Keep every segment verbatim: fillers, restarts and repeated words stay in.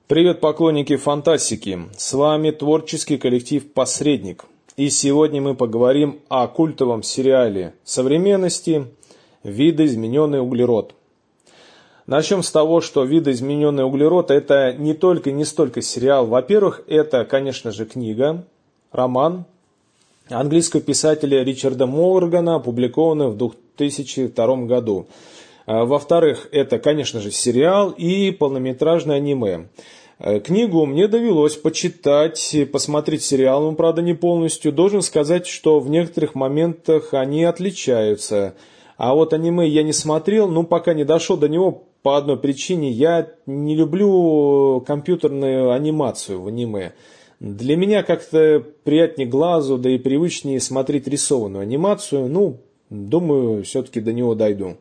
Привет, поклонники фантастики! С вами творческий коллектив «Посредник». И сегодня мы поговорим о культовом сериале современности «Видоизмененный углерод». Начнем с того, что «Видоизмененный углерод» — это не только не столько сериал. Во-первых, это, конечно же, книга, роман английского писателя Ричарда Моргана, опубликованный в две тысячи втором году. Во-вторых, это, конечно же, сериал и полнометражное аниме. Книгу мне довелось почитать, посмотреть сериал, но, правда, не полностью. Должен сказать, что в некоторых моментах они отличаются. А вот аниме я не смотрел, но пока не дошел до него по одной причине. Я не люблю компьютерную анимацию в аниме. Для меня как-то приятнее глазу, да и привычнее смотреть рисованную анимацию. Ну, думаю, все-таки до него дойду.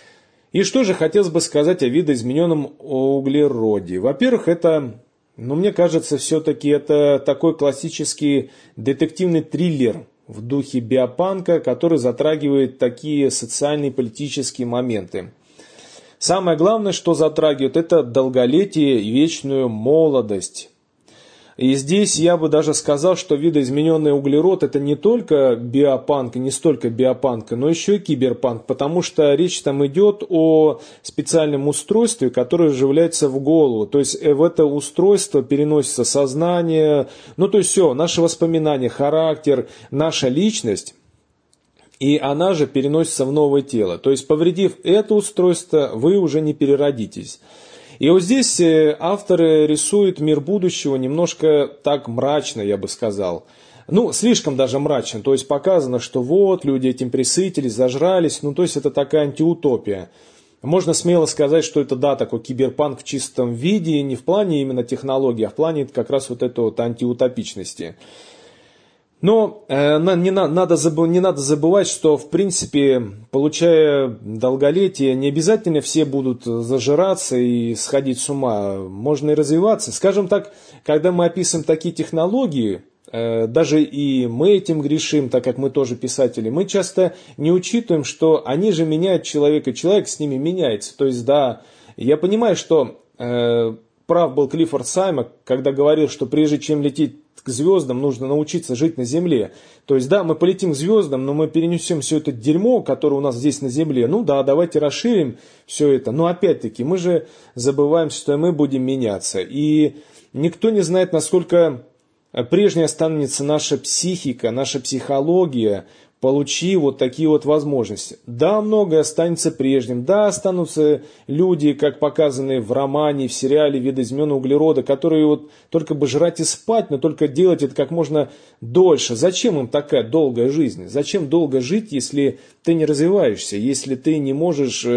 И что же хотелось бы сказать о видоизмененном углероде? Во-первых, это, ну, мне кажется, все-таки это такой классический детективный триллер в духе биопанка, который затрагивает такие социальные и политические моменты. Самое главное, что затрагивает, это долголетие и вечную молодость. И здесь я бы даже сказал, что видоизмененный углерод — это не только биопанк, не столько биопанк, но еще и киберпанк, потому что речь там идет о специальном устройстве, которое вживляется в голову. То есть в это устройство переносится сознание, ну то есть все, наши воспоминания, характер, наша личность. И она же переносится в новое тело. То есть повредив это устройство, вы уже не переродитесь. И вот здесь авторы рисуют мир будущего немножко так мрачно, я бы сказал. Ну, слишком даже мрачно. То есть показано, что вот, люди этим присытились, зажрались. Ну, то есть это такая антиутопия. Можно смело сказать, что это, да, такой киберпанк в чистом виде, не в плане именно технологий, а в плане как раз вот этой вот антиутопичности. Но э, не, на, надо забы, не надо забывать, что в принципе, получая долголетие, не обязательно все будут зажираться и сходить с ума. Можно и развиваться. Скажем так, когда мы описываем такие технологии, э, даже и мы этим грешим, так как мы тоже писатели, мы часто не учитываем, что они же меняют человека, и человек с ними меняется. То есть, да, я понимаю, что э, прав был Клиффорд Саймак, когда говорил, что прежде чем лететь к звездам, нужно научиться жить на Земле. То есть, да, мы полетим к звездам, но мы перенесем все это дерьмо, которое у нас здесь на Земле. Ну да, давайте расширим все это. Но опять-таки, мы же забываем, что мы будем меняться. И никто не знает, насколько прежней останется наша психика, наша психология, получив вот такие вот возможности. Да, многое останется прежним, да, останутся люди, как показаны в романе, в сериале «Видоизмененный углерода», которые вот только бы жрать и спать, но только делать это как можно дольше. Зачем им такая долгая жизнь? Зачем долго жить, если ты не развиваешься, если ты не можешь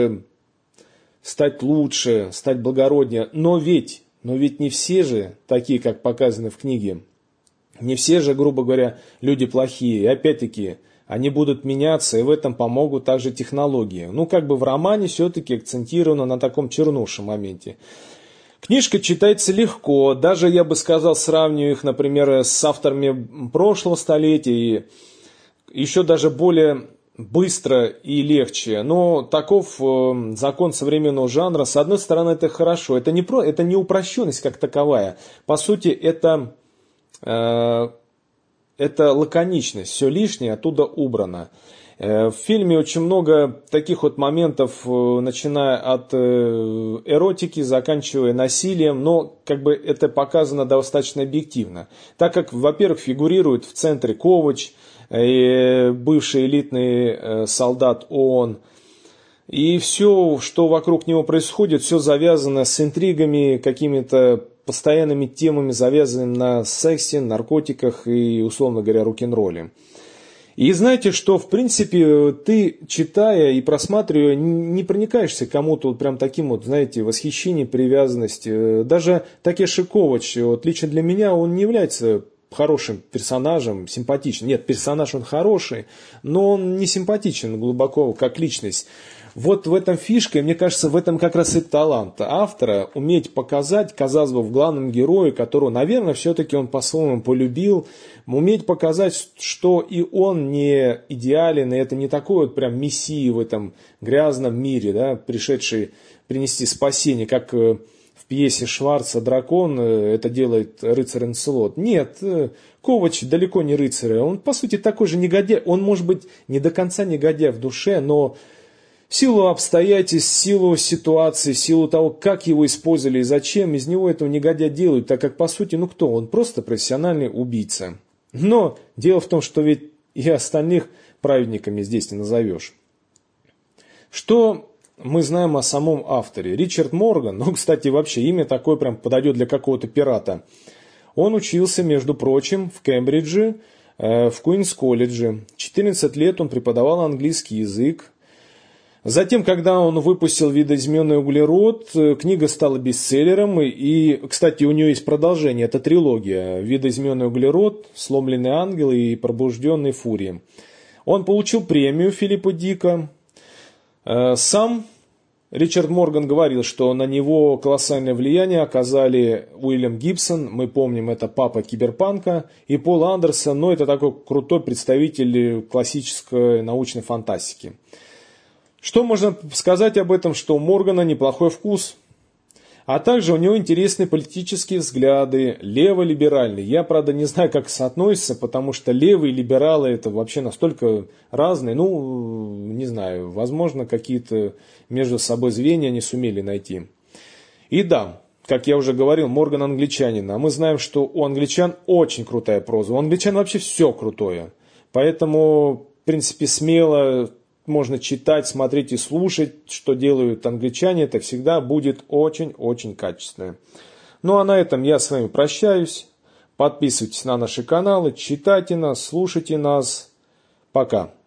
стать лучше, стать благороднее? Но ведь, но ведь не все же такие, как показаны в книге. Не все же, грубо говоря, люди плохие. И опять-таки, они будут меняться, и в этом помогут также технологии. Ну, как бы в романе все-таки акцентировано на таком чернушем моменте. Книжка читается легко. Даже, я бы сказал, сравниваю их, например, с авторами прошлого столетия. И еще даже более быстро и легче. Но таков э, закон современного жанра. С одной стороны, это хорошо. Это не, про, это не упрощенность как таковая. По сути, это... Э, Это лаконичность, все лишнее оттуда убрано. В фильме очень много таких вот моментов, начиная от эротики, заканчивая насилием, но как бы это показано достаточно объективно. Так как, во-первых, фигурирует в центре Ковач, бывший элитный солдат ООН, и все, что вокруг него происходит, все завязано с интригами, какими-то постоянными темами, завязанными на сексе, наркотиках и, условно говоря, рок-н-ролле. И знаете, что, в принципе, ты, читая и просматривая, не проникаешься кому-то вот прям таким вот, знаете, восхищением, привязанностью. Даже Такеши Ковач, вот лично для меня, он не является хорошим персонажем, симпатичным. Нет, персонаж он хороший, но он не симпатичен глубоко, как личность. Вот в этом фишка, и мне кажется, в этом как раз и талант автора, уметь показать, казалось бы, в главном герое, которого, наверное, все-таки он по-своему полюбил, уметь показать, что и он не идеален, и это не такой вот прям мессия в этом грязном мире, да, пришедший принести спасение, как в пьесе Шварца «Дракон» это делает рыцарь Ланселот. Нет, Ковач далеко не рыцарь. Он, по сути, такой же негодяй. Он, может быть, не до конца негодяй в душе, но в силу обстоятельств, в силу ситуации, в силу того, как его использовали и зачем, из него этого негодяя делают, так как, по сути, ну кто? Он просто профессиональный убийца. Но дело в том, что ведь и остальных праведниками здесь не назовешь. Что мы знаем о самом авторе? Ричард Морган, ну, кстати, вообще имя такое прям подойдет для какого-то пирата. Он учился, между прочим, в Кембридже, э, в Куинс-колледже. четырнадцать лет он преподавал английский язык. Затем, когда он выпустил «Видоизмененный углерод», книга стала бестселлером. И, кстати, у нее есть продолжение, это трилогия «Видоизмененный углерод», «Сломленный ангел» и «Пробужденный фурией». Он получил премию Филиппа Дика. Сам Ричард Морган говорил, что на него колоссальное влияние оказали Уильям Гибсон, мы помним, это папа киберпанка, и Пол Андерсон, но это такой крутой представитель классической научной фантастики. Что можно сказать об этом, что у Моргана неплохой вкус, а также у него интересные политические взгляды, лево-либеральные. Я, правда, не знаю, как соотносится, потому что левые и либералы это вообще настолько разные. Ну, не знаю, возможно, какие-то между собой звенья не сумели найти. И да, как я уже говорил, Морган англичанин, а мы знаем, что у англичан очень крутая проза. У англичан вообще все крутое. Поэтому, в принципе, смело можно читать, смотреть и слушать, что делают англичане, это всегда будет очень-очень качественно. Ну а на этом я с вами прощаюсь. Подписывайтесь на наши каналы, читайте нас, слушайте нас. Пока.